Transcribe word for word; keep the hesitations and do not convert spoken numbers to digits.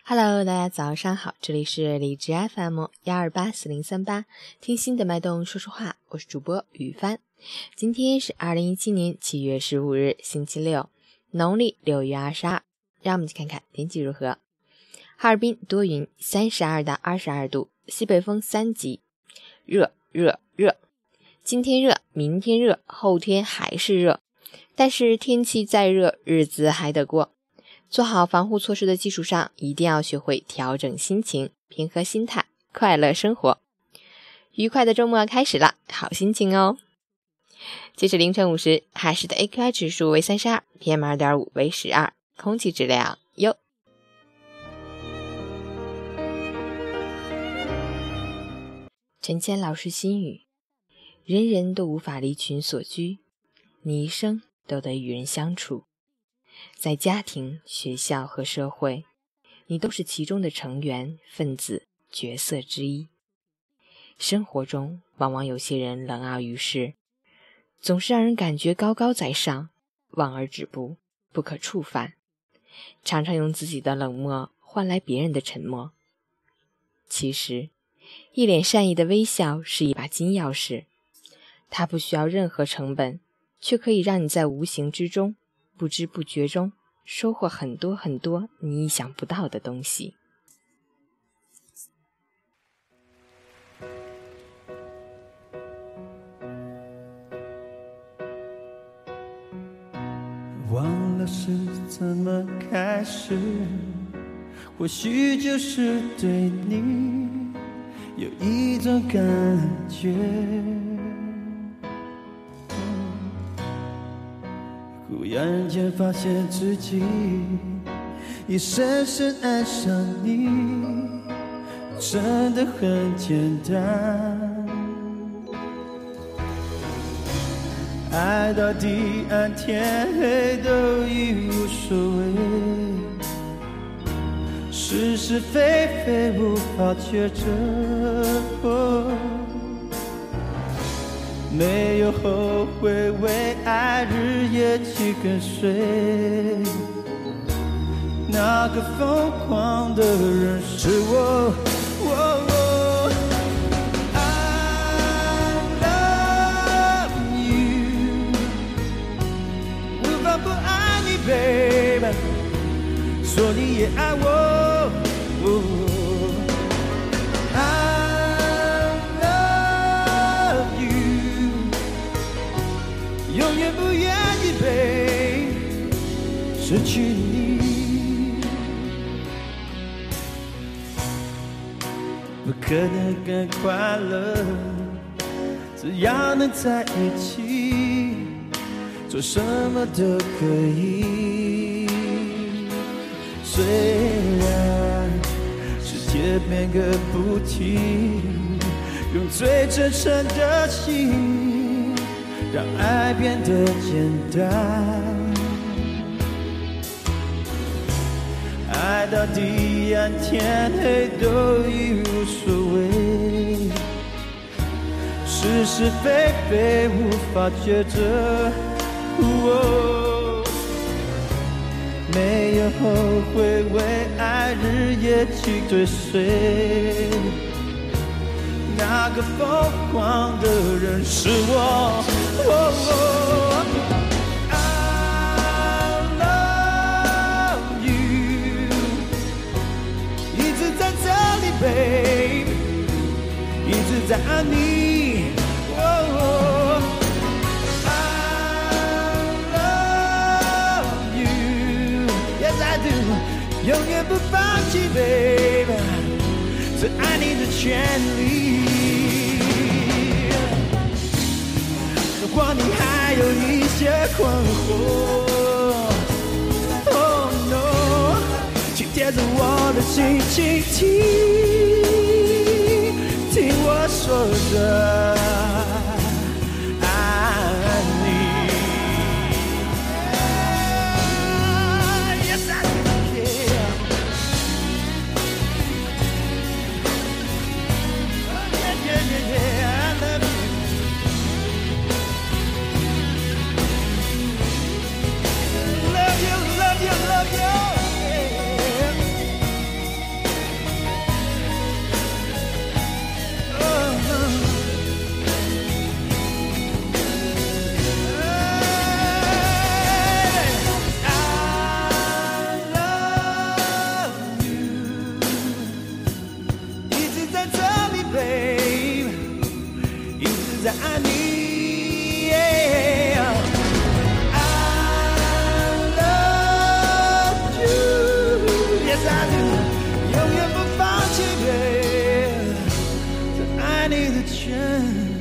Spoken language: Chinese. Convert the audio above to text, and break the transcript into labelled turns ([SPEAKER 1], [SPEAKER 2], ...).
[SPEAKER 1] Hello， 大家早上好，这里是荔枝 F M 一二八四零三八，听心的脉动说说话，我是主播雨帆。今天是二零一七年七月十五日，星期六，农历六月二十二。让我们去看看天气如何。哈尔滨多云，三十二到二十二度，西北风三级，热热热。今天热，明天热，后天还是热，但是天气再热，日子还得过。做好防护措施的基础上，一定要学会调整心情，平和心态，快乐生活。愉快的周末开始了，好心情哦。截止凌晨五时，海市的 A Q I 指数为三十二 ，P M 二点五 为十二，空气质量优。陈谦老师心语：人人都无法离群所居，你一生都得与人相处。在家庭、学校和社会，你都是其中的成员、分子、角色之一。生活中，往往有些人冷傲于世，总是让人感觉高高在上，望而止步，不可触犯，常常用自己的冷漠换来别人的沉默。其实，一脸善意的微笑是一把金钥匙，它不需要任何成本，却可以让你在无形之中不知不觉中收获很多很多你意想不到的东西。
[SPEAKER 2] 忘了是怎么开始，或许就是对你有一种感觉，忽然间发现自己也深深爱上你，真的很简单。爱到地暗天黑都已无所谓，是是非非无法抉择，哦，没有后悔，为爱日夜去跟随，那个疯狂的人是我，哦哦Baby， 说你也爱我，哦，I love you， 永远不愿意被失去你，不可能更快乐，只要能在一起，做什么都可以。虽然世界变个不停，用最真诚的心让爱变得简单。爱到地暗天黑都已无所谓，是是非非无法抉择，哦，没有后悔，为爱日夜去追随，那个疯狂的人是我，哦哦，I love you， 一直在这里 babe， 一直在爱你，哦哦永远不放弃 baby， 这爱你的权利。如果你还有一些困惑， Oh no， 请贴着我的心倾听，听我说着在爱你。Yeah, I love you, yes I do， 永远不放弃，babe，在爱你的全。